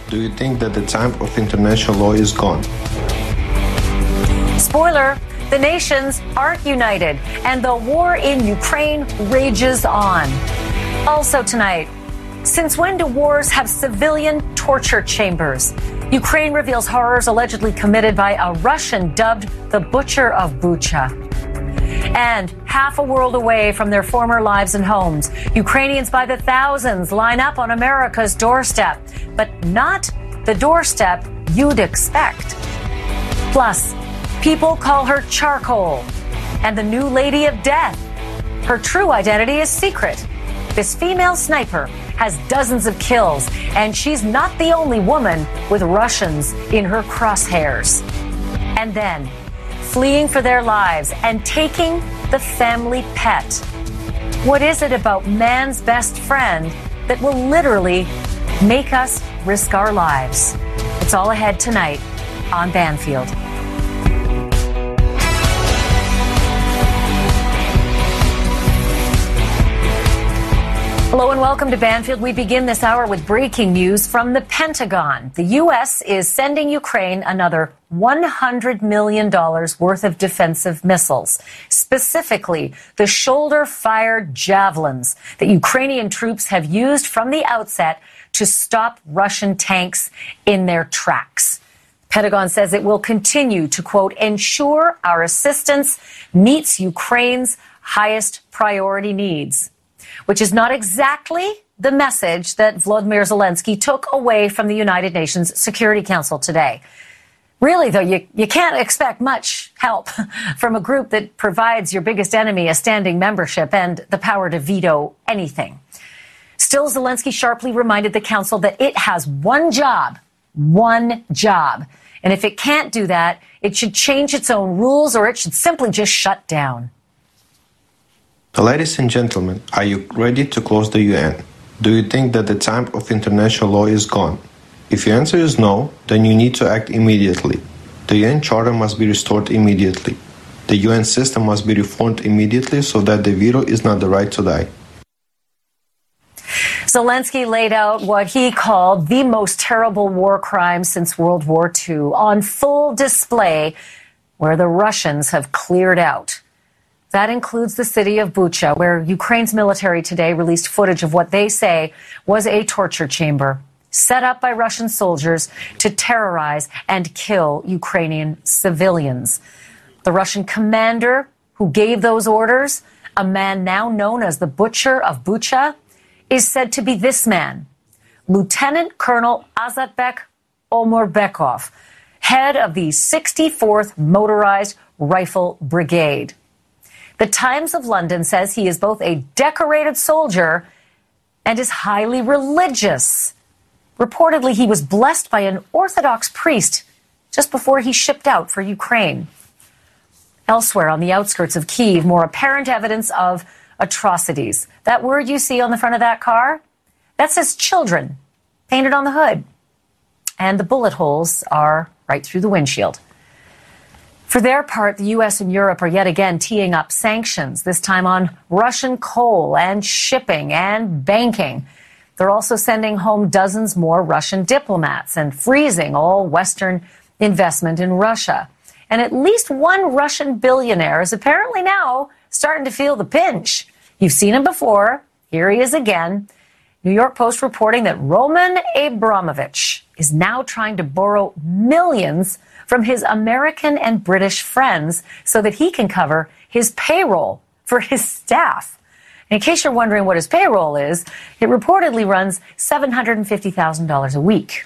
Do you think that the time of international law is gone? Spoiler, the nations aren't united, and the war in Ukraine rages on. Also tonight, since when do wars have civilian torture chambers? Ukraine reveals horrors allegedly committed by a Russian dubbed the Butcher of Bucha. And half a world away from their former lives and homes, Ukrainians by the thousands line up on America's doorstep, but not the doorstep you'd expect. Plus, people call her Charcoal and the new Lady of Death. Her true identity is secret. This female sniper has dozens of kills, and she's not the only woman with Russians in her crosshairs. And then, fleeing for their lives and taking the family pet. What is it about man's best friend that will literally make us risk our lives? It's all ahead tonight on Banfield. Hello and welcome to Banfield. We begin this hour with breaking news from the Pentagon. The U.S. is sending Ukraine another $100 million worth of defensive missiles, specifically the shoulder-fired javelins that Ukrainian troops have used from the outset to stop Russian tanks in their tracks. The Pentagon says it will continue to, quote, ensure our assistance meets Ukraine's highest priority needs, which is not exactly the message that Volodymyr Zelensky took away from the United Nations Security Council today. Really, though, you can't expect much help from a group that provides your biggest enemy a standing membership and the power to veto anything. Still, Zelensky sharply reminded the Council that it has one job. And if it can't do that, it should change its own rules or it should simply just shut down. Ladies and gentlemen, are you ready to close the UN? Do you think that the time of international law is gone? If your answer is no, then you need to act immediately. The UN Charter must be restored immediately. The UN system must be reformed immediately so that the veto is not the right to die. Zelensky laid out what he called the most terrible war crime since World War II on full display, where the Russians have cleared out. That includes the city of Bucha, where Ukraine's military today released footage of what they say was a torture chamber set up by Russian soldiers to terrorize and kill Ukrainian civilians. The Russian commander who gave those orders, a man now known as the Butcher of Bucha, is said to be this man, Lieutenant Colonel Azatbek Omorbekov, head of the 64th Motorized Rifle Brigade. The Times of London says he is both a decorated soldier and is highly religious. Reportedly, he was blessed by an Orthodox priest just before he shipped out for Ukraine. Elsewhere on the outskirts of Kyiv, more apparent evidence of atrocities. That word you see on the front of that car, that says children, painted on the hood. And the bullet holes are right through the windshield. For their part, the U.S. and Europe are yet again teeing up sanctions, this time on Russian coal and shipping and banking. They're also sending home dozens more Russian diplomats and freezing all Western investment in Russia. And at least one Russian billionaire is apparently now starting to feel the pinch. You've seen him before. Here he is again. New York Post reporting that Roman Abramovich is now trying to borrow millions from his American and British friends so that he can cover his payroll for his staff. And in case you're wondering what his payroll is, it reportedly runs $750,000 a week.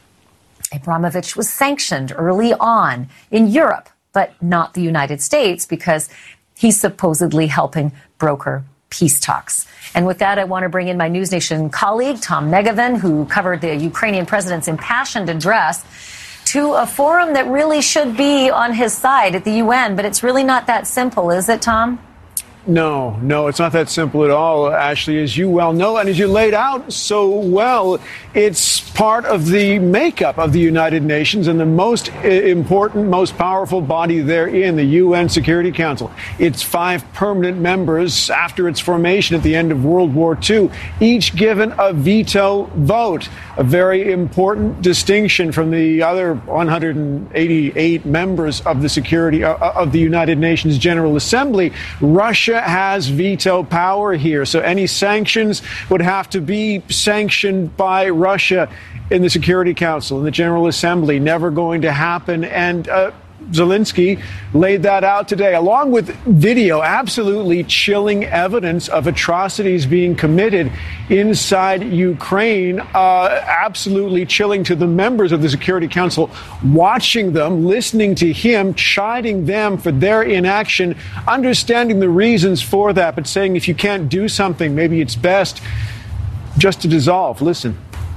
Abramovich was sanctioned early on in Europe, but not the United States, because he's supposedly helping broker peace talks. And with that, I want to bring in my News Nation colleague, Tom Negevin, who covered the Ukrainian president's impassioned address to a forum that really should be on his side at the UN. But it's really not that simple, is it, Tom? No, it's not that simple at all, Ashley, as you well know, and as you laid out so well. It's part of the makeup of the United Nations and the most important, most powerful body therein, the UN Security Council. It's 5 permanent members after its formation at the end of World War II, each given a veto vote, a very important distinction from the other 188 members of the security of the United Nations General Assembly. Russia has veto power here, so any sanctions would have to be sanctioned by Russia in the Security Council, in the General Assembly. Never going to happen. And Zelensky laid that out today, along with video, absolutely chilling evidence of atrocities being committed inside Ukraine, absolutely chilling to the members of the Security Council, watching them, listening to him, chiding them for their inaction, understanding the reasons for that, but saying if you can't do something, maybe it's best just to dissolve. Listen.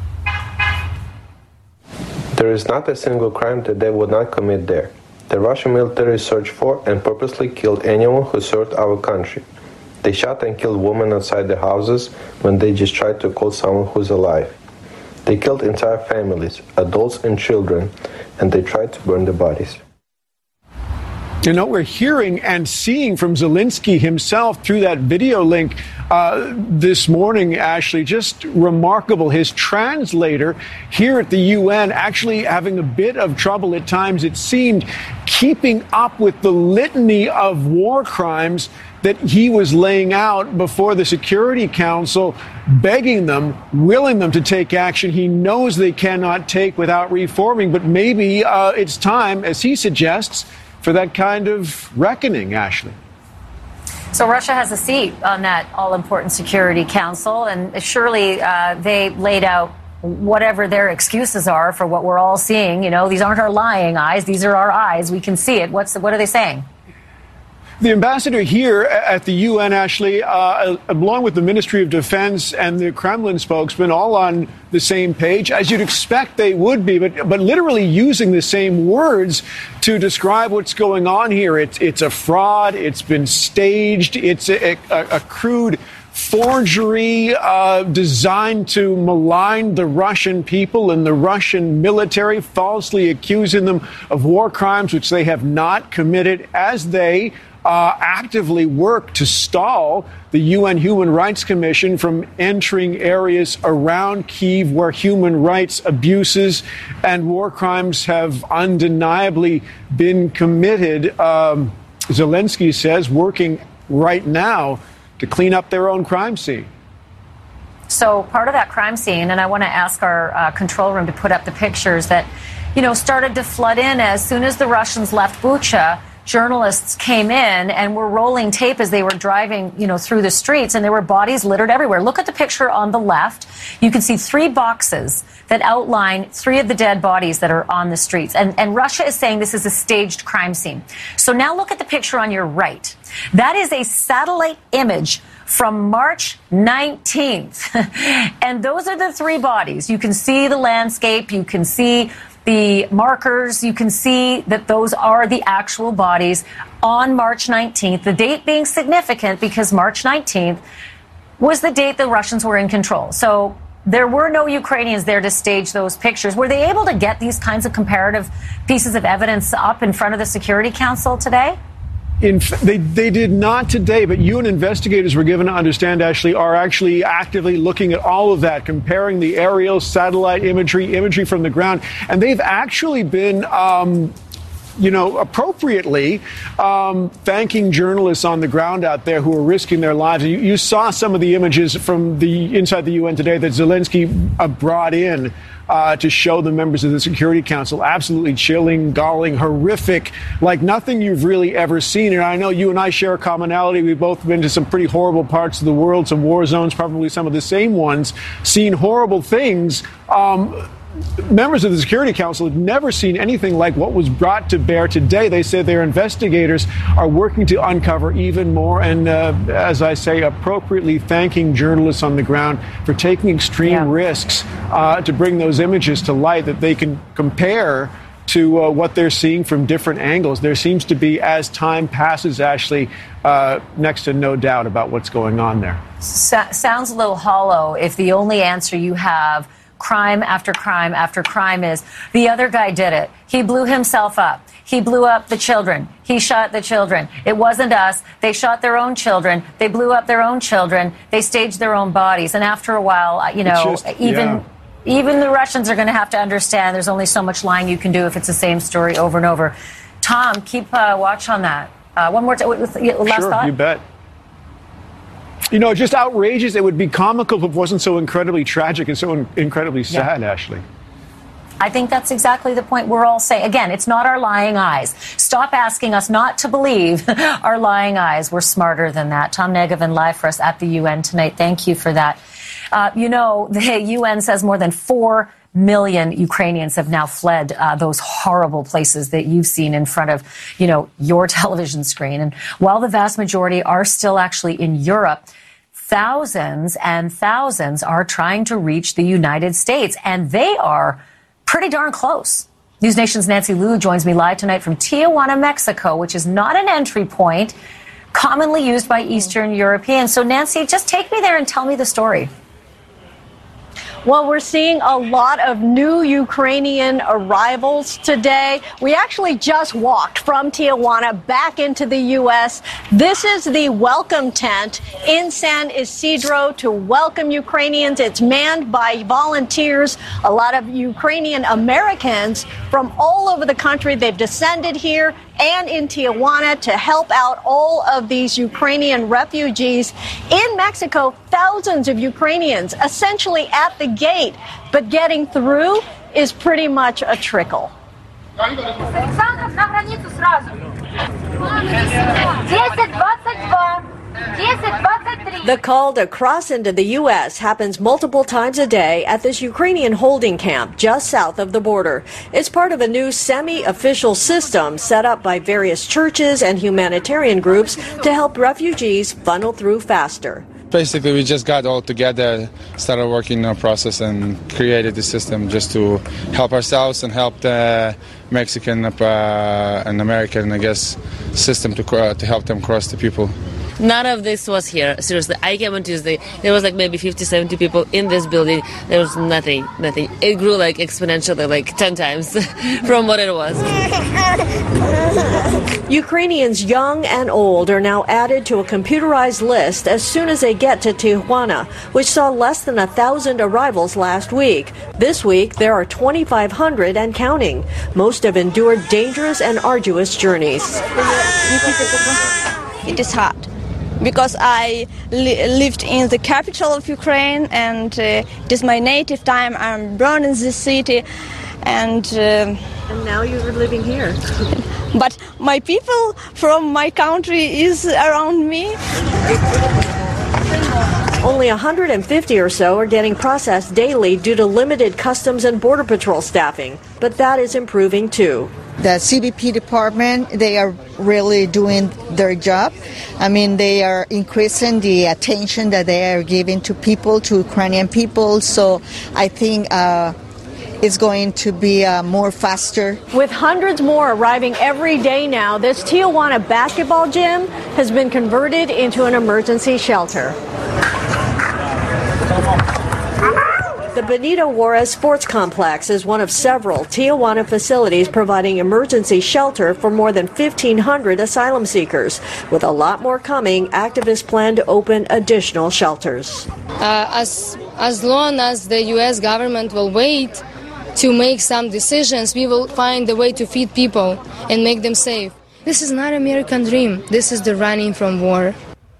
There is not a single crime that they would not commit there. The Russian military searched for and purposely killed anyone who served our country. They shot and killed women outside their houses when they just tried to call someone who's alive. They killed entire families, adults and children, and they tried to burn the bodies. You know, we're hearing and seeing from Zelensky himself through that video link this morning, Ashley, just remarkable. His translator here at the UN actually having a bit of trouble at times, it seemed, keeping up with the litany of war crimes that he was laying out before the Security Council, begging them, willing them to take action he knows they cannot take without reforming. But maybe it's time, as he suggests, for that kind of reckoning, Ashley. So Russia has a seat on that all-important Security Council, and surely they laid out whatever their excuses are for what we're all seeing. You know, these aren't our lying eyes. These are our eyes. We can see it. What are they saying? The ambassador here at the UN, Ashley, along with the Ministry of Defense and the Kremlin spokesman, all on the same page, as you'd expect they would be, but literally using the same words to describe what's going on here. It's a fraud. It's been staged. It's a crude forgery designed to malign the Russian people and the Russian military, falsely accusing them of war crimes which they have not committed, as they actively work to stall the UN Human Rights Commission from entering areas around Kyiv where human rights abuses and war crimes have undeniably been committed. Zelensky says working right now to clean up their own crime scene. So part of that crime scene, and I want to ask our control room to put up the pictures that, you know, started to flood in as soon as the Russians left Bucha. Journalists came in and were rolling tape as they were driving, you know, through the streets, and there were bodies littered everywhere. Look at the picture on the left. You can see 3 boxes that outline 3 of the dead bodies that are on the streets. And Russia is saying this is a staged crime scene. So now look at the picture on your right. That is a satellite image from March 19th. And those are the 3 bodies. You can see the landscape. You can see the markers. You can see that those are the actual bodies on March 19th, the date being significant because March 19th was the date the Russians were in control. So there were no Ukrainians there to stage those pictures. Were they able to get these kinds of comparative pieces of evidence up in front of the Security Council today? They did not today, but UN investigators were given to understand, Ashley, are actually actively looking at all of that, comparing the aerial, satellite imagery from the ground. And they've actually been appropriately thanking journalists on the ground out there who are risking their lives. You saw some of the images from the inside the UN today that Zelensky brought in to show the members of the Security Council. Absolutely chilling, galling, horrific, like nothing you've really ever seen. And I know you and I share a commonality. We've both been to some pretty horrible parts of the world, some war zones, probably some of the same ones, seen horrible things. Members of the Security Council have never seen anything like what was brought to bear today. They said their investigators are working to uncover even more and, as I say, appropriately thanking journalists on the ground for taking extreme risks to bring those images to light that they can compare to what they're seeing from different angles. There seems to be, as time passes, Ashley, next to no doubt about what's going on there. Sounds a little hollow if the only answer you have, crime after crime after crime, is the other guy did it. He blew himself up. He blew up the children. He shot the children. It wasn't us. They shot their own children. They blew up their own children. They staged their own bodies. And after a while, even the Russians are going to have to understand there's only so much lying you can do if it's the same story over and over. Tom, keep watch on that. One more last thought? Sure, you bet. You know, just outrageous. It would be comical if it wasn't so incredibly tragic and so incredibly sad, Ashley. I think that's exactly the point we're all saying. Again, it's not our lying eyes. Stop asking us not to believe our lying eyes. We're smarter than that. Tom Negevin live for us at the UN tonight. Thank you for that. The UN says more than 4 million Ukrainians have now fled those horrible places that you've seen in front of, your television screen. And while the vast majority are still actually in Europe, thousands and thousands are trying to reach the United States, and they are pretty darn close. News Nation's Nancy Liu joins me live tonight from Tijuana, Mexico, which is not an entry point commonly used by Eastern Europeans. So, Nancy, just take me there and tell me the story. Well, we're seeing a lot of new Ukrainian arrivals today. We actually just walked from Tijuana back into the U.S. This is the welcome tent in San Isidro to welcome Ukrainians. It's manned by volunteers, a lot of Ukrainian Americans from all over the country. They've descended here and in Tijuana to help out all of these Ukrainian refugees. In Mexico, thousands of Ukrainians essentially at the gate, but getting through is pretty much a trickle. The call to cross into the U.S. happens multiple times a day at this Ukrainian holding camp just south of the border. It's part of a new semi-official system set up by various churches and humanitarian groups to help refugees funnel through faster. Basically, we just got all together, started working on a process and created the system just to help ourselves and help the Mexican and American, system to help them cross the people. None of this was here. Seriously, I came on Tuesday. There was maybe 50, 70 people in this building. There was nothing. It grew exponentially, 10 times from what it was. Ukrainians young and old are now added to a computerized list as soon as they get to Tijuana, which saw less than 1,000 arrivals last week. This week, there are 2,500 and counting. Most have endured dangerous and arduous journeys. It is hard, because I lived in the capital of Ukraine, and it is my native time. I'm born in this city, and now you're living here. But my people from my country is around me. Only 150 or so are getting processed daily due to limited Customs and Border Patrol staffing, but that is improving too. The CBP department, they are really doing their job. They are increasing the attention that they are giving to Ukrainian people. So I think it's going to be more faster. With hundreds more arriving every day now, this Tijuana basketball gym has been converted into an emergency shelter. The Benito Juarez Sports Complex is one of several Tijuana facilities providing emergency shelter for more than 1,500 asylum seekers. With a lot more coming, activists plan to open additional shelters. As long as the U.S. government will wait to make some decisions, we will find a way to feed people and make them safe. This is not an American dream. This is the running from war.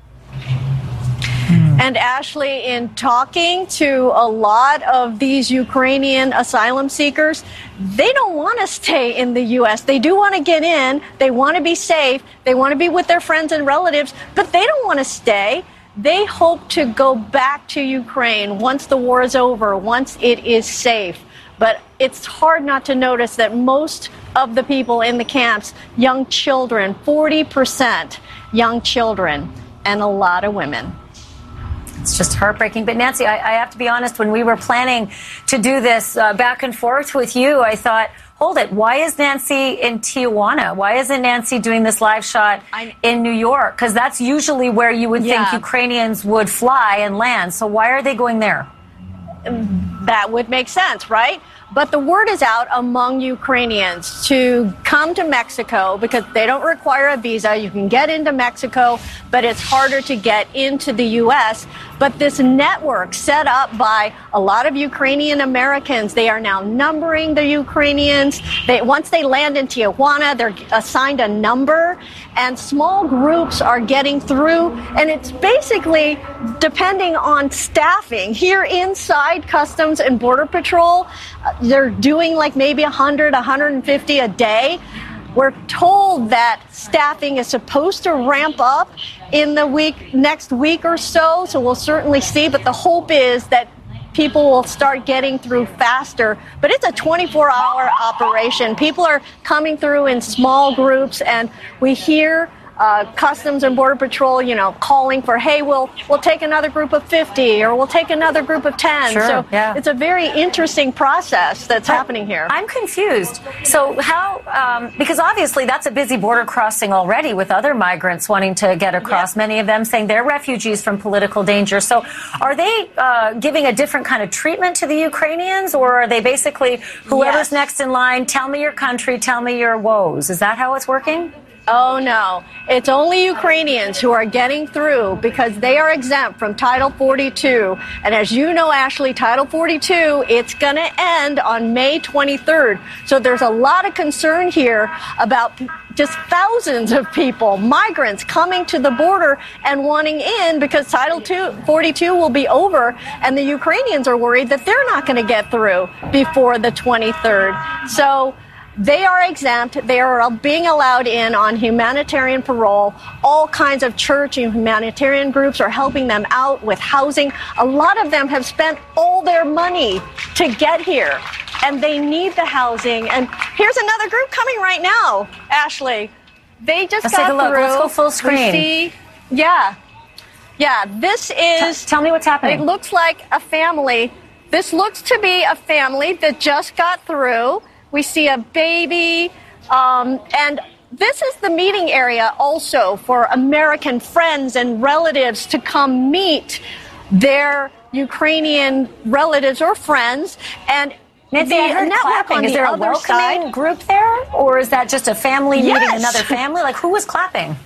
And Ashley, in talking to a lot of these Ukrainian asylum seekers, they don't want to stay in the U.S. They do want to get in. They want to be safe. They want to be with their friends and relatives, but they don't want to stay. They hope to go back to Ukraine once the war is over, once it is safe. But it's hard not to notice that most of the people in the camps, young children, 40% young children, and a lot of women. It's just heartbreaking. But Nancy, I have to be honest, when we were planning to do this back and forth with you, I thought, hold it, why is Nancy in Tijuana? Why isn't Nancy doing this live shot in New York? Because that's usually where you would think Ukrainians would fly and land. So why are they going there? That would make sense, right? But the word is out among Ukrainians to come to Mexico because they don't require a visa. You can get into Mexico, but it's harder to get into the U.S. But this network set up by a lot of Ukrainian Americans, they are now numbering the Ukrainians. Once they land in Tijuana, they're assigned a number, and small groups are getting through. And it's basically depending on staffing. Here inside Customs and Border Patrol, they're doing like maybe 100, 150 a day. We're told that staffing is supposed to ramp up in the next week or so we'll certainly see. But the hope is that people will start getting through faster. But it's a 24-hour operation. People are coming through in small groups, and we hear Customs and Border Patrol, calling for, hey, we'll take another group of 50 or we'll take another group of 10. Sure, it's a very interesting process that's happening here. I'm confused. So how, because obviously that's a busy border crossing already with other migrants wanting to get across, many of them saying they're refugees from political danger. So are they giving a different kind of treatment to the Ukrainians, or are they basically whoever's next in line, tell me your country, tell me your woes? Is that how it's working? Oh, no. It's only Ukrainians who are getting through because they are exempt from Title 42. And as you know, Ashley, Title 42, it's going to end on May 23rd. So there's a lot of concern here about just thousands of people, migrants, coming to the border and wanting in because Title 42 will be over. And the Ukrainians are worried that they're not going to get through before the 23rd. So they are exempt. They are being allowed in on humanitarian parole. All kinds of church and humanitarian groups are helping them out with housing. A lot of them have spent all their money to get here, and they need the housing. And here's another group coming right now, Ashley. They just Let's got take a look. through. Let's go full screen. We see, this is... Tell me what's happening. It looks like a family. This looks to be a family that just got through. We see a baby, and this is the meeting area also for American friends and relatives to come meet their Ukrainian relatives or friends. And Nancy, I heard clapping. Is there a welcoming group there, or is that just a family meeting another family? Like, who was clapping?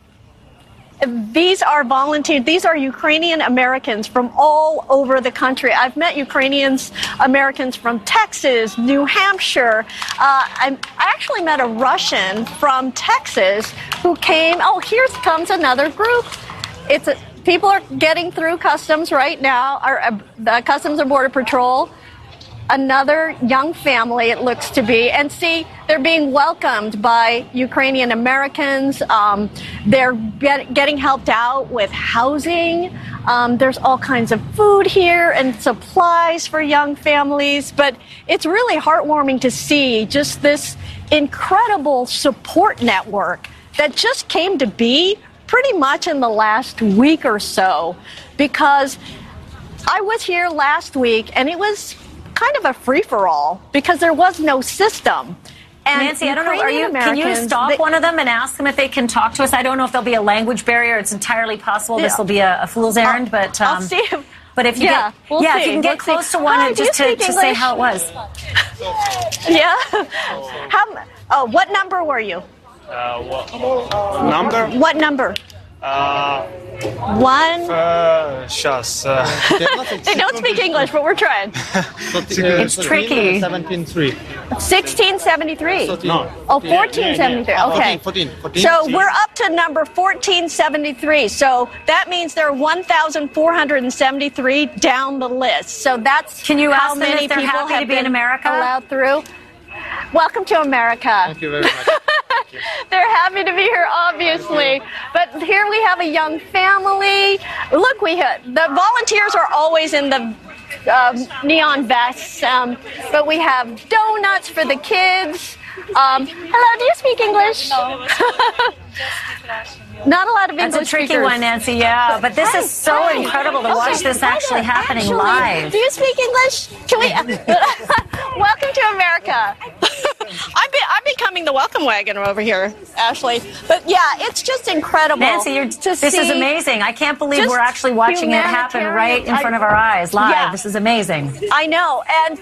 These are volunteers. These are Ukrainian Americans from all over the country. I've met Americans from Texas, New Hampshire. I actually met a Russian from Texas who came. Oh, here comes another group. People are getting through customs right now, the Customs and Border Patrol. Another young family, it looks to be. And see, they're being welcomed by Ukrainian Americans. They're getting helped out with housing. There's all kinds of food here and supplies for young families. But it's really heartwarming to see just this incredible support network that just came to be pretty much in the last week or so. Because I was here last week, and it was kind of a free-for-all because there was no system. And Nancy, I don't know, can you stop one of them and ask them if they can talk to us? I don't know if there'll be a language barrier. It's entirely possible this will be a fool's errand, but I'll see if, but if you if you can get close to one and just to say how it was. What number were you? Number? What number? One. They don't speak English, but we're trying. It's tricky. 1673. No. Oh, 1473. Okay. 14. So we're up to number 1473. So that means there are 1,473 down the list. So that's Can you how ask them many if they're people happy have to be in America? Allowed through. Welcome to America. Thank you very much. They're happy to be here, obviously. But here we have a young family. Look, the volunteers are always in the neon vests, but we have donuts for the kids. Hello, do you speak English? No, just speak Russian. Not a lot of English That's a tricky speakers. one, Nancy, yeah. But this is so incredible to watch this actually happening live. Do you speak English? Can we? Welcome to America. I'm becoming the welcome wagon over here, Ashley. But yeah, it's just incredible. Nancy, this is amazing. I can't believe we're actually watching it happen right in front of our eyes live. Yeah. This is amazing. I know. And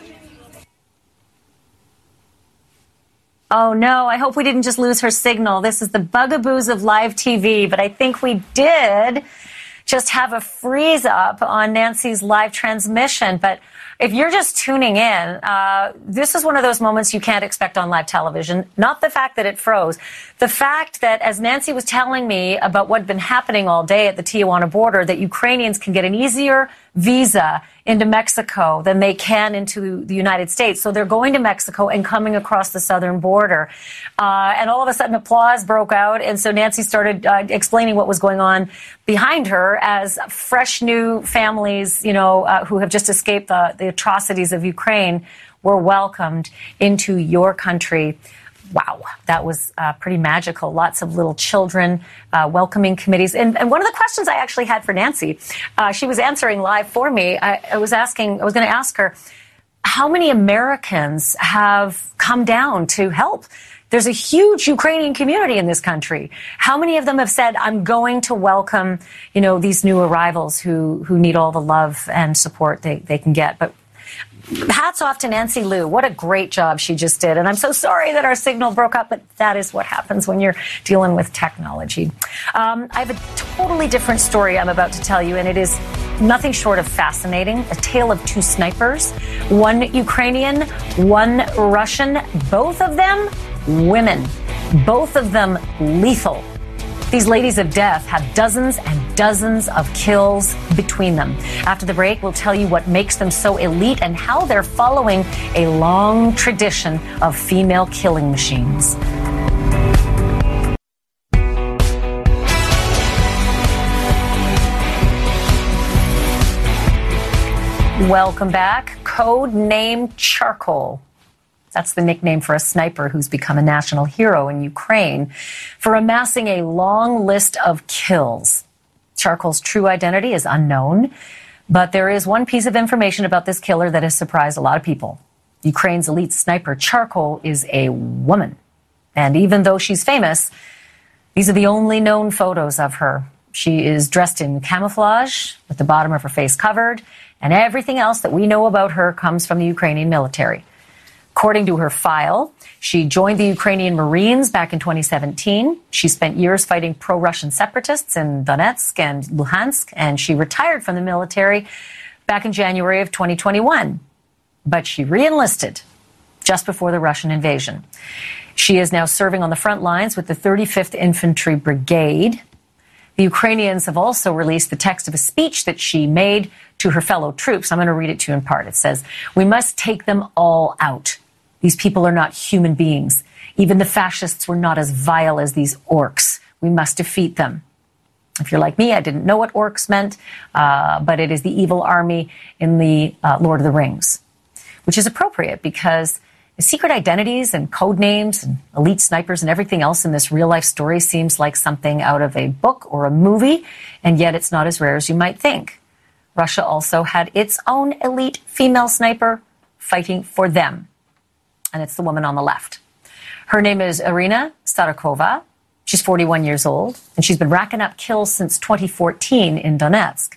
oh, no, I hope we didn't just lose her signal. This is the bugaboos of live TV, but I think we did just have a freeze up on Nancy's live transmission. But if you're just tuning in, this is one of those moments you can't expect on live television. Not the fact that it froze. The fact that, as Nancy was telling me about what had been happening all day at the Tijuana border, that Ukrainians can get an easier visa into Mexico than they can into the United States. So they're going to Mexico and coming across the southern border. And all of a sudden applause broke out. And so Nancy started explaining what was going on behind her as fresh new families, who have just escaped the atrocities of Ukraine were welcomed into your country. Wow, that was pretty magical. Lots of little children, welcoming committees. And one of the questions I actually had for Nancy, she was answering live for me. I was going to ask her, how many Americans have come down to help? There's a huge Ukrainian community in this country. How many of them have said, I'm going to welcome, these new arrivals who need all the love and support they can get? But hats off to Nancy Liu. What a great job she just did. And I'm so sorry that our signal broke up, but that is what happens when you're dealing with technology. I have a totally different story I'm about to tell you, and it is nothing short of fascinating. A tale of two snipers, one Ukrainian, one Russian, both of them women, both of them lethal. These ladies of death have dozens and dozens of kills between them. After the break, we'll tell you what makes them so elite and how they're following a long tradition of female killing machines. Welcome back. Code name Charcoal. That's the nickname for a sniper who's become a national hero in Ukraine for amassing a long list of kills. Charcoal's true identity is unknown, but there is one piece of information about this killer that has surprised a lot of people. Ukraine's elite sniper Charcoal is a woman. And even though she's famous, these are the only known photos of her. She is dressed in camouflage with the bottom of her face covered, and everything else that we know about her comes from the Ukrainian military. According to her file, she joined the Ukrainian Marines back in 2017. She spent years fighting pro-Russian separatists in Donetsk and Luhansk, and she retired from the military back in January of 2021. But she re-enlisted just before the Russian invasion. She is now serving on the front lines with the 35th Infantry Brigade. The Ukrainians have also released the text of a speech that she made to her fellow troops. I'm going to read it to you in part. It says, "We must take them all out. These people are not human beings. Even the fascists were not as vile as these orcs. We must defeat them." If you're like me, I didn't know what orcs meant, but it is the evil army in the Lord of the Rings, which is appropriate because secret identities and code names and elite snipers and everything else in this real-life story seems like something out of a book or a movie, and yet it's not as rare as you might think. Russia also had its own elite female sniper fighting for them, and it's the woman on the left. Her name is Irina Starakova. She's 41 years old, and she's been racking up kills since 2014 in Donetsk.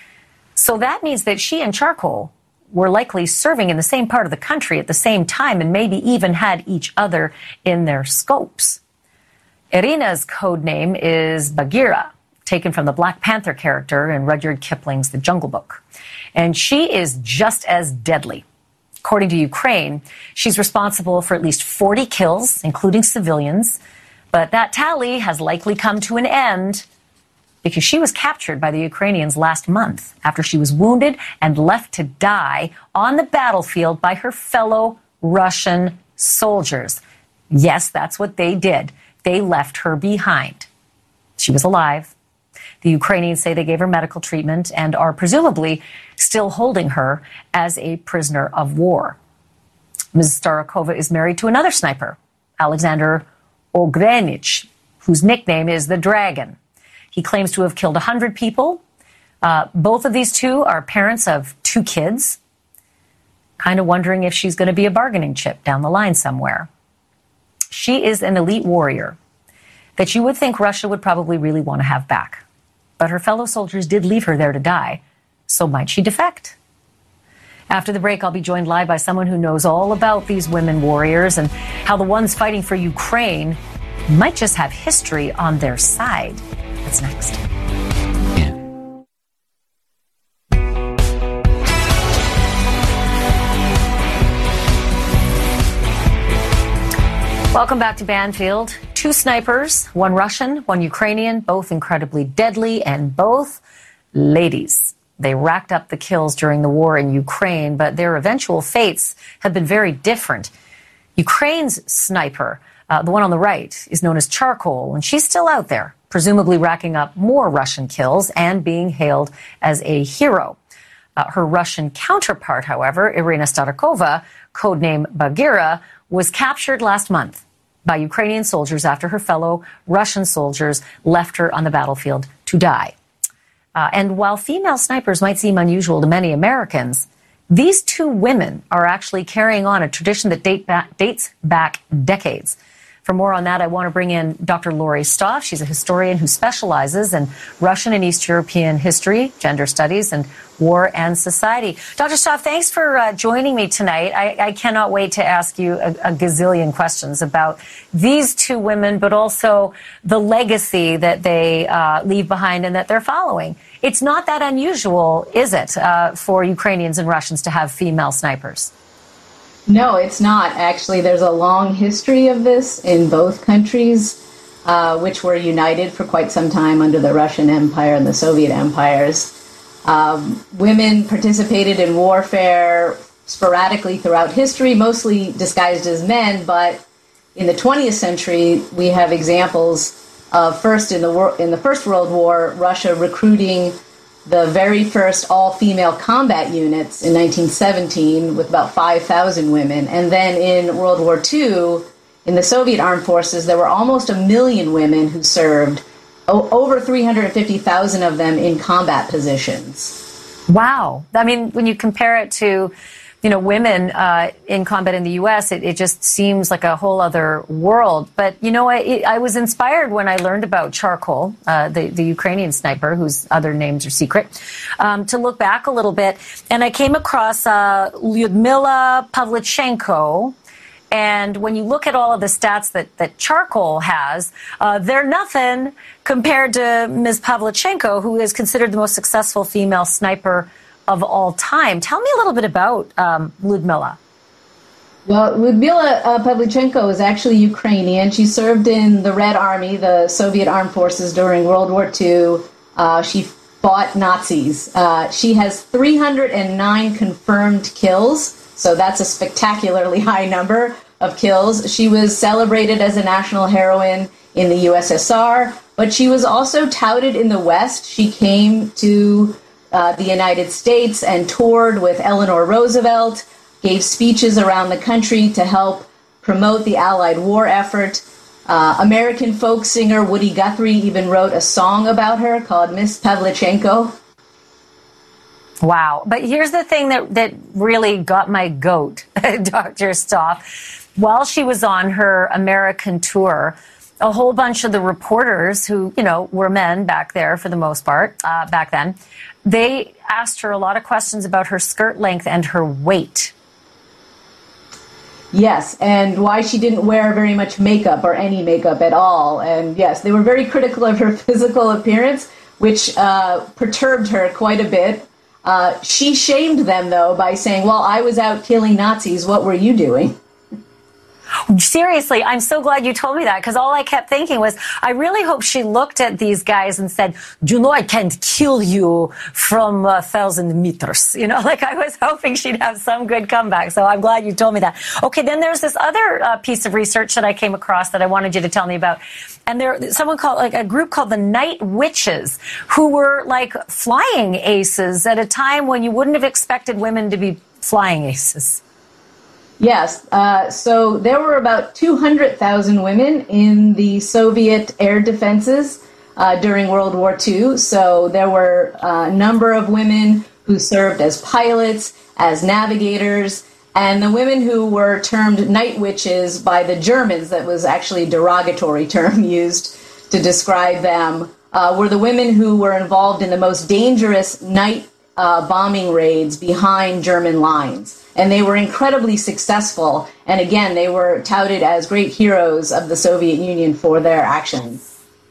So that means that she and Charcoal were likely serving in the same part of the country at the same time and maybe even had each other in their scopes. Irina's code name is Bagheera, taken from the Black Panther character in Rudyard Kipling's The Jungle Book. And she is just as deadly. According to Ukraine, she's responsible for at least 40 kills, including civilians. But that tally has likely come to an end because she was captured by the Ukrainians last month after she was wounded and left to die on the battlefield by her fellow Russian soldiers. Yes, that's what they did. They left her behind. She was alive. The Ukrainians say they gave her medical treatment and are presumably still holding her as a prisoner of war. Ms. Starakova is married to another sniper, Alexander Ogrenich, whose nickname is the Dragon. He claims to have killed 100 people. Both of these two are parents of 2 kids. Kind of wondering if she's going to be a bargaining chip down the line somewhere. She is an elite warrior that you would think Russia would probably really want to have back. But her fellow soldiers did leave her there to die. So might she defect? After the break, I'll be joined live by someone who knows all about these women warriors and how the ones fighting for Ukraine might just have history on their side. That's next. Welcome back to Banfield. 2 snipers, 1 Russian, 1 Ukrainian, both incredibly deadly and both ladies. They racked up the kills during the war in Ukraine, but their eventual fates have been very different. Ukraine's sniper, the one on the right, is known as Charkol, and she's still out there, presumably racking up more Russian kills and being hailed as a hero. Her Russian counterpart, however, Irina Starakova, codename Bagheera, was captured last month by Ukrainian soldiers after her fellow Russian soldiers left her on the battlefield to die. And while female snipers might seem unusual to many Americans, these 2 women are actually carrying on a tradition that dates back decades. For more on that, I want to bring in Dr. Lori Stoff. She's a historian who specializes in Russian and East European history, gender studies, and war and society. Dr. Stoff, thanks for joining me tonight. I cannot wait to ask you a gazillion questions about these 2 women, but also the legacy that they leave behind and that they're following. It's not that unusual, is it, for Ukrainians and Russians to have female snipers? No, it's not. Actually, there's a long history of this in both countries, which were united for quite some time under the Russian Empire and the Soviet empires. Women participated in warfare sporadically throughout history, mostly disguised as men, but in the 20th century, we have examples of in the First World War, Russia recruiting the very first all-female combat units in 1917 with about 5,000 women. And then in World War II, in the Soviet armed forces, there were almost 1 million women who served, over 350,000 of them in combat positions. Wow. I mean, when you compare it to, women in combat in the U.S., it just seems like a whole other world. But, I was inspired when I learned about Charkol, the Ukrainian sniper, whose other names are secret, to look back a little bit. And I came across Lyudmila Pavlichenko. And when you look at all of the stats that Charkol has, they're nothing compared to Ms. Pavlichenko, who is considered the most successful female sniper of all time. Tell me a little bit about Lyudmila. Well, Lyudmila Pavlichenko is actually Ukrainian. She served in the Red Army, the Soviet armed forces, during World War II. She fought Nazis. She has 309 confirmed kills, so that's a spectacularly high number of kills. She was celebrated as a national heroine in the USSR, but she was also touted in the West. She came to the United States and toured with Eleanor Roosevelt, gave speeches around the country to help promote the Allied war effort. American folk singer Woody Guthrie even wrote a song about her called Miss Pavlichenko. Wow. But here's the thing that really got my goat, Dr. Stoff. While she was on her American tour, a whole bunch of the reporters who, were men back there for the most part, back then, they asked her a lot of questions about her skirt length and her weight. Yes, and why she didn't wear very much makeup or any makeup at all. And yes, they were very critical of her physical appearance, which perturbed her quite a bit. She shamed them, though, by saying, well, I was out killing Nazis. What were you doing? Seriously, I'm so glad you told me that, because all I kept thinking was, I really hope she looked at these guys and said, I can't kill you from 1,000 meters. I was hoping she'd have some good comeback. So I'm glad you told me that. Okay, then there's this other piece of research that I came across that I wanted you to tell me about. And someone called, a group called the Night Witches, who were flying aces at a time when you wouldn't have expected women to be flying aces. Yes. So there were about 200,000 women in the Soviet air defenses during World War II. So there were a number of women who served as pilots, as navigators, and the women who were termed night witches by the Germans, that was actually a derogatory term used to describe them, were the women who were involved in the most dangerous night bombing raids behind German lines. And they were incredibly successful. And again, they were touted as great heroes of the Soviet Union for their actions.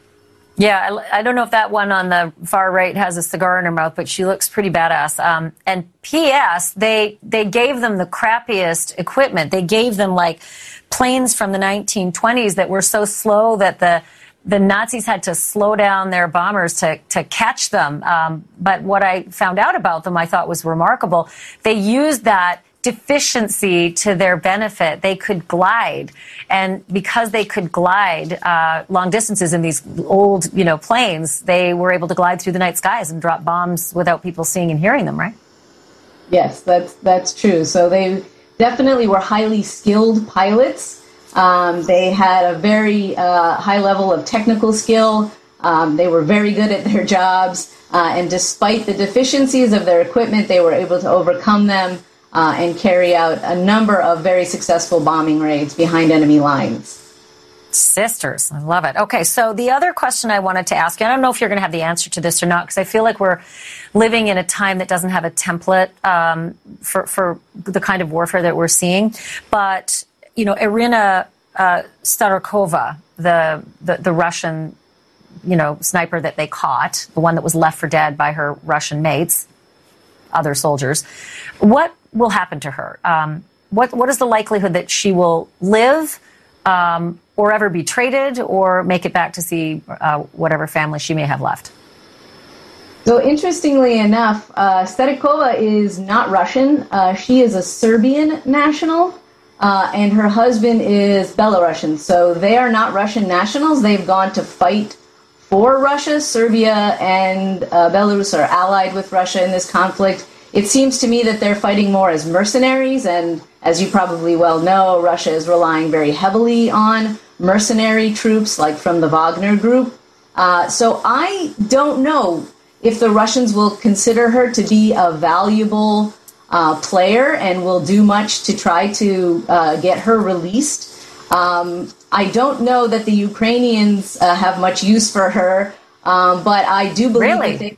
Yeah, I don't know if that one on the far right has a cigar in her mouth, but she looks pretty badass. And P.S., they gave them the crappiest equipment. They gave them like planes from the 1920s that were so slow that the Nazis had to slow down their bombers to catch them. But what I found out about them I thought was remarkable. They used that deficiency to their benefit. They could glide. And because they could glide long distances in these old, planes, they were able to glide through the night skies and drop bombs without people seeing and hearing them, right? Yes, that's true. So they definitely were highly skilled pilots. They had a very high level of technical skill. They were very good at their jobs. And despite the deficiencies of their equipment, they were able to overcome them and carry out a number of very successful bombing raids behind enemy lines. Sisters, I love it. Okay, so the other question I wanted to ask you, I don't know if you're going to have the answer to this or not, because I feel like we're living in a time that doesn't have a template for the kind of warfare that we're seeing. But, Irina Starokova, the Russian, sniper that they caught, the one that was left for dead by her Russian mates, other soldiers, what will happen to her? What is the likelihood that she will live or ever be traded or make it back to see whatever family she may have left? So interestingly enough, Starokova is not Russian. She is a Serbian national, and her husband is Belarusian. So they are not Russian nationals. They've gone to fight for Russia. Serbia and Belarus are allied with Russia in this conflict. It seems to me that they're fighting more as mercenaries, and as you probably well know, Russia is relying very heavily on mercenary troops, like from the Wagner Group. So I don't know if the Russians will consider her to be a valuable player and will do much to try to get her released. I don't know that the Ukrainians have much use for her, but I do believe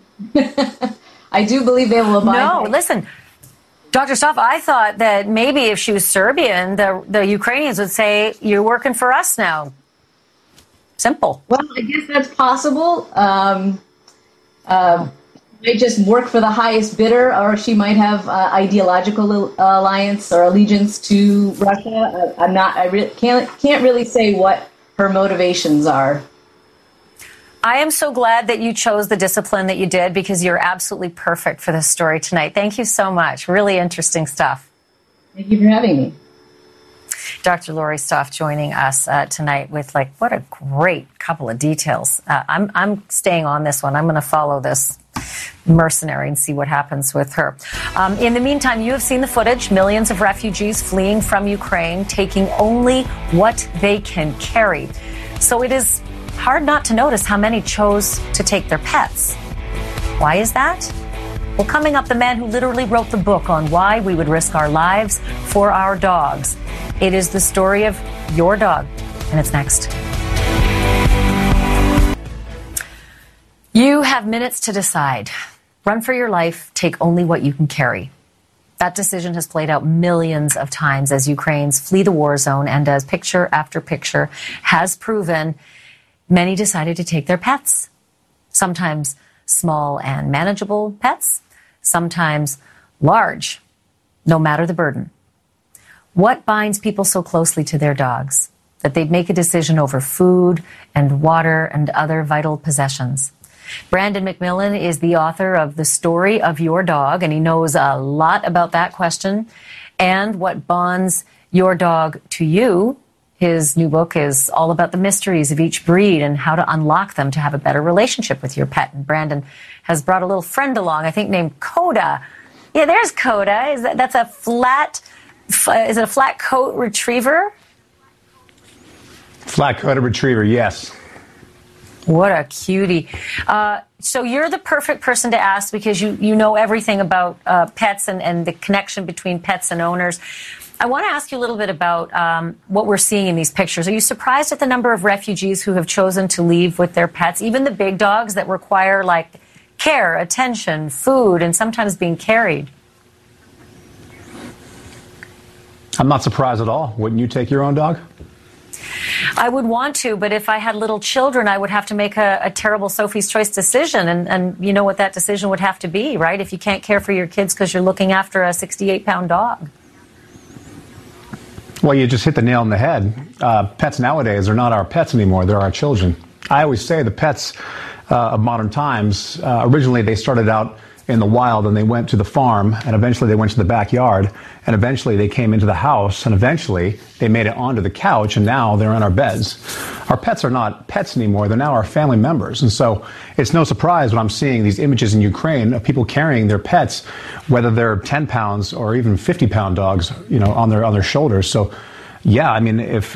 I do believe they will abide. No, listen, Dr. Stoff, I thought that maybe if she was Serbian, the Ukrainians would say, you're working for us now. Simple. Well, I guess that's possible. They just work for the highest bidder, or she might have ideological alliance or allegiance to Russia. Can't really say what her motivations are. I am so glad that you chose the discipline that you did, because you're absolutely perfect for this story tonight. Thank you so much. Really interesting stuff. Thank you for having me. Dr. Lori Stoff joining us tonight with what a great couple of details. I'm staying on this one. I'm going to follow this mercenary and see what happens with her. In the meantime, you have seen the footage. Millions of refugees fleeing from Ukraine, taking only what they can carry. So it is hard not to notice how many chose to take their pets. Why is that? Well, coming up, the man who literally wrote the book on why we would risk our lives for our dogs. It is the story of your dog, and it's next. You have minutes to decide. Run for your life, take only what you can carry. That decision has played out millions of times as Ukrainians flee the war zone, and as picture after picture has proven, many decided to take their pets. Sometimes small and manageable pets, sometimes large, no matter the burden. What binds people so closely to their dogs that they'd make a decision over food and water and other vital possessions? Brandon McMillan is the author of The Story of Your Dog, and he knows a lot about that question and what bonds your dog to you. His new book is all about the mysteries of each breed and how to unlock them to have a better relationship with your pet. And Brandon has brought a little friend along, I think, named Coda. Yeah, there's Coda. That's a flat, is it a flat coat retriever? Flat coated retriever, yes. What a cutie. So you're the perfect person to ask because you know everything about pets and the connection between pets and owners. I want to ask you a little bit about what we're seeing in these pictures. Are you surprised at the number of refugees who have chosen to leave with their pets, even the big dogs that require like care, attention, food, and sometimes being carried? I'm not surprised at all. Wouldn't you take your own dog? I would want to, but if I had little children, I would have to make a terrible Sophie's Choice decision. And you know what that decision would have to be, right? If you can't care for your kids because you're looking after a 68-pound dog. Well, you just hit the nail on the head. Pets nowadays are not our pets anymore. They're our children. I always say the pets of modern times, originally they started out in the wild and they went to the farm and eventually they went to the backyard and eventually they came into the house and eventually they made it onto the couch and now they're in our beds. Our pets are not pets anymore. They're now our family members. And so it's no surprise when I'm seeing these images in Ukraine of people carrying their pets, whether they're 10 pounds or even 50-pound dogs, on their shoulders. So yeah, I mean, if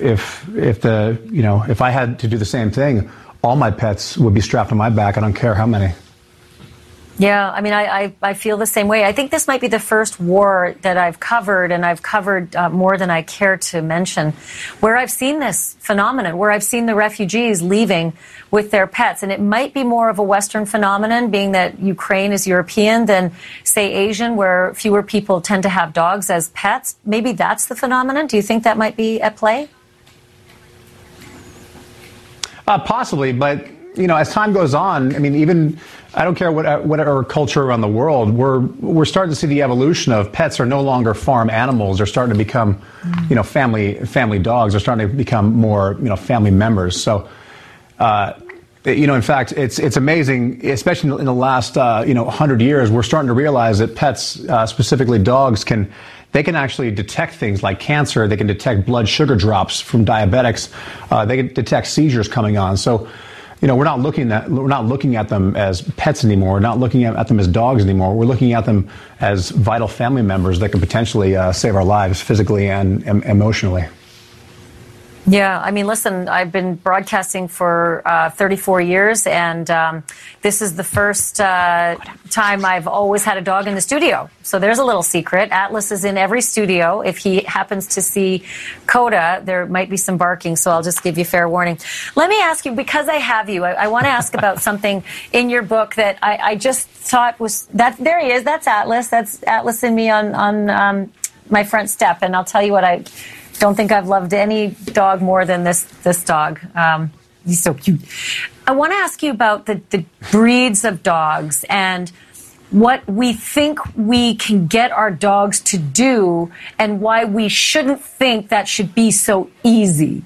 I had to do the same thing, all my pets would be strapped on my back. I don't care how many. Yeah, I mean, I feel the same way. I think this might be the first war that I've covered, and I've covered more than I care to mention, where I've seen this phenomenon, where I've seen the refugees leaving with their pets. And it might be more of a Western phenomenon, being that Ukraine is European, than, say, Asian, where fewer people tend to have dogs as pets. Maybe that's the phenomenon. Do you think that might be at play? Possibly, but as time goes on, I mean, even I don't care what our culture around the world, we're starting to see the evolution of pets are no longer farm animals. They're starting to become, family dogs. They're starting to become more, family members. So, in fact, it's amazing, especially in the last, 100 years, we're starting to realize that pets, specifically dogs, can actually detect things like cancer. They can detect blood sugar drops from diabetics. They can detect seizures coming on. So, we're not looking at them as pets anymore. We're not looking at them as dogs anymore. We're looking at them as vital family members that can potentially save our lives physically and emotionally. Yeah, I mean, listen, I've been broadcasting for 34 years, and this is the first time I've always had a dog in the studio. So there's a little secret. Atlas is in every studio. If he happens to see Coda, there might be some barking, so I'll just give you fair warning. Let me ask you, because I have you, I want to ask about something in your book that I just thought was, that there he is, that's Atlas. That's Atlas and me on my front step, and I'll tell you what, I don't think I've loved any dog more than this dog. He's so cute. I want to ask you about the breeds of dogs and what we think we can get our dogs to do and why we shouldn't think that should be so easy.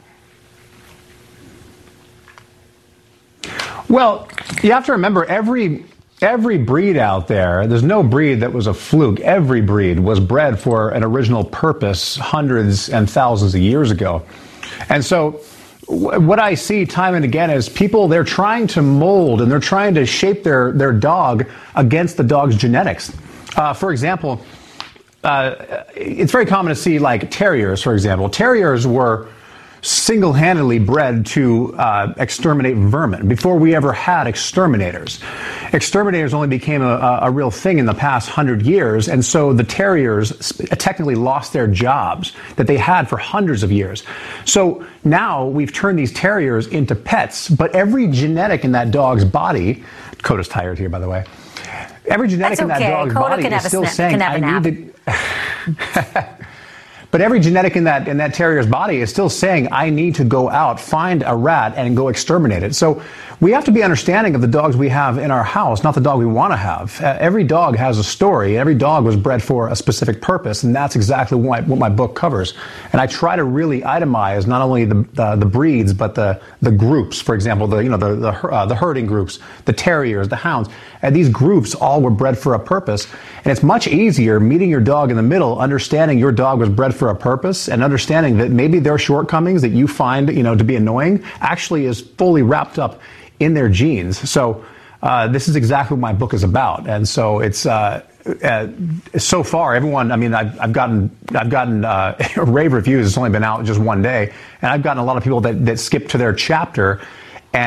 Well, you have to remember every breed out there's no breed that was a fluke. Every breed was bred for an original purpose hundreds and thousands of years ago. And so what I see time and again is people, they're trying to mold and they're trying to shape their dog against the dog's genetics. For example, it's very common to see like terriers, for example. Terriers were single-handedly bred to exterminate vermin before we ever had exterminators. Exterminators only became a real thing in the past 100 years, and so the terriers technically lost their jobs that they had for hundreds of years. So now we've turned these terriers into pets, but every genetic in that dog's body, Coda's tired here, by the way, every genetic in that dog's body is still saying, I need to... But every genetic in that terrier's body is still saying, I need to go out, find a rat, and go exterminate it. So we have to be understanding of the dogs we have in our house, not the dog we want to have. Every dog has a story. Every dog was bred for a specific purpose, and that's exactly what my book covers. And I try to really itemize not only the breeds, but the groups. For example, the herding groups, the terriers, the hounds. And these groups all were bred for a purpose. And it's much easier meeting your dog in the middle, understanding your dog was bred for a purpose, and understanding that maybe their shortcomings that you find, to be annoying actually is fully wrapped up in their genes. So this is exactly what my book is about. And so it's so far, everyone, I mean, I've gotten rave reviews. It's only been out just one day. And I've gotten a lot of people that skip to their chapter. And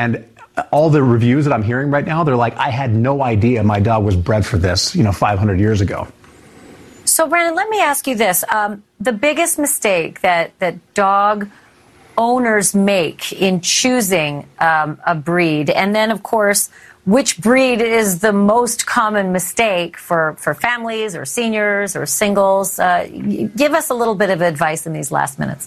all the reviews that I'm hearing right now, they're like, I had no idea my dog was bred for this, 500 years ago. So, Brandon, let me ask you this. The biggest mistake that dog owners make in choosing a breed, and then, of course, which breed is the most common mistake for families or seniors or singles? Give us a little bit of advice in these last minutes.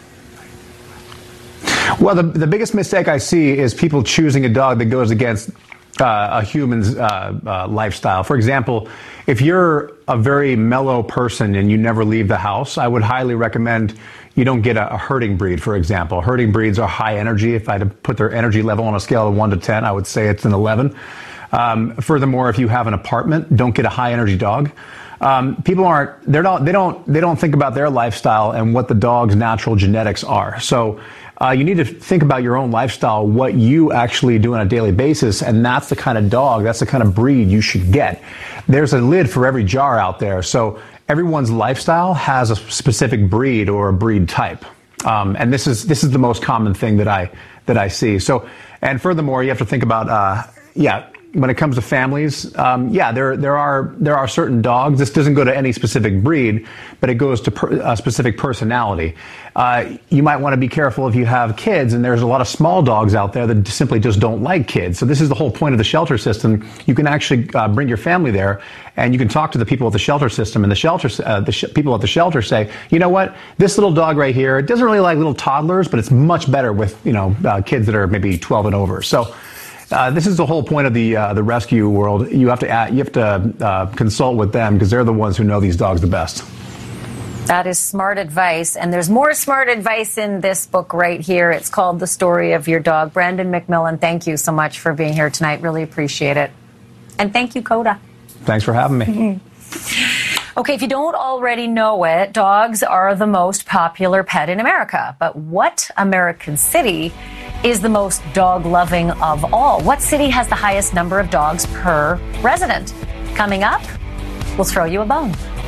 Well, the biggest mistake I see is people choosing a dog that goes against a human's lifestyle. For example, if you're a very mellow person and you never leave the house, I would highly recommend you don't get a herding breed, for example. Herding breeds are high energy. If I had to put their energy level on a scale of 1 to 10, I would say it's an 11. Furthermore, if you have an apartment, don't get a high energy dog. People they don't think about their lifestyle and what the dog's natural genetics are. So you need to think about your own lifestyle, what you actually do on a daily basis, and that's the kind of dog, that's the kind of breed you should get. There's a lid for every jar out there. So everyone's lifestyle has a specific breed or a breed type. And this is the most common thing that I see. So, and furthermore, you have to think about, when it comes to families, there are certain dogs. This doesn't go to any specific breed, but it goes to a specific personality. You might want to be careful if you have kids, and there's a lot of small dogs out there that simply just don't like kids. So this is the whole point of the shelter system. You can actually bring your family there, and you can talk to the people at the shelter system, and the people at the shelter say, you know what, this little dog right here, it doesn't really like little toddlers, but it's much better with kids that are maybe 12 and over. So. This is the whole point of the rescue world. You have to consult with them because they're the ones who know these dogs the best. That is smart advice, and there's more smart advice in this book right here. It's called The Story of Your Dog. Brandon McMillan, thank you so much for being here tonight. Really appreciate it. And thank you, Coda. Thanks for having me. Mm-hmm. Okay, if you don't already know it, dogs are the most popular pet in America. But what American city is the most dog-loving of all? What city has the highest number of dogs per resident? Coming up, we'll throw you a bone.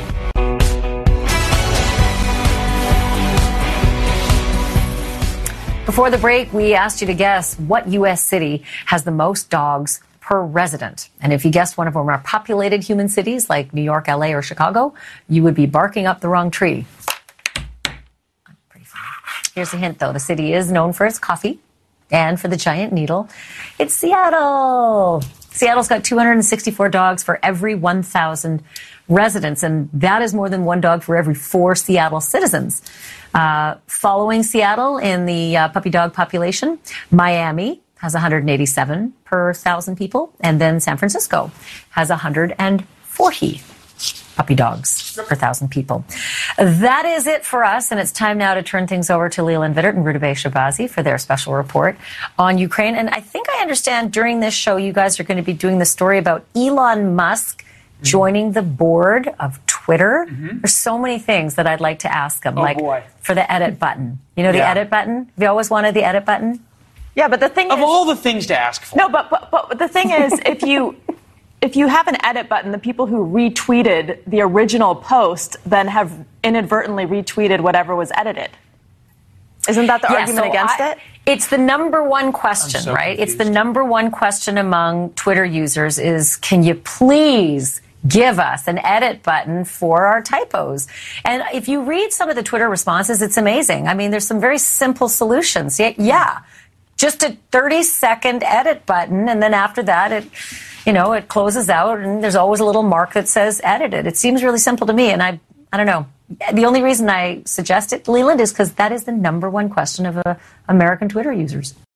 Before the break, we asked you to guess what U.S. city has the most dogs per resident. And if you guessed one of our more populated human cities like New York, LA, or Chicago, you would be barking up the wrong tree. Pretty funny. Here's a hint, though. The city is known for its coffee and for the giant needle. It's Seattle. Seattle's got 264 dogs for every 1,000 residents, and that is more than one dog for every 4 Seattle citizens. Following Seattle in the puppy dog population, Miami has 187 per 1,000 people, and then San Francisco has 140 puppy dogs per 1,000 people. That is it for us, and it's time now to turn things over to Leland Vittert and Rudabeh Shahbazi for their special report on Ukraine. And I think I understand during this show you guys are going to be doing the story about Elon Musk joining the board of Twitter. There's so many things that I'd like to ask him, for the edit button. You know, the edit button? Have you always wanted the edit button? Yeah, but the thing of all the things to ask for. No, but the thing is, if you have an edit button, the people who retweeted the original post then have inadvertently retweeted whatever was edited. Isn't that the argument against it? It's the number one question, right? Confused. It's the number one question among Twitter users is, can you please give us an edit button for our typos? And if you read some of the Twitter responses, it's amazing. I mean, there's some very simple solutions. Yeah. Just a 30-second edit button, and then after that, it closes out, and there's always a little mark that says edited. It seems really simple to me, and I don't know. The only reason I suggest it, Leland, is because that is the number one question of American Twitter users.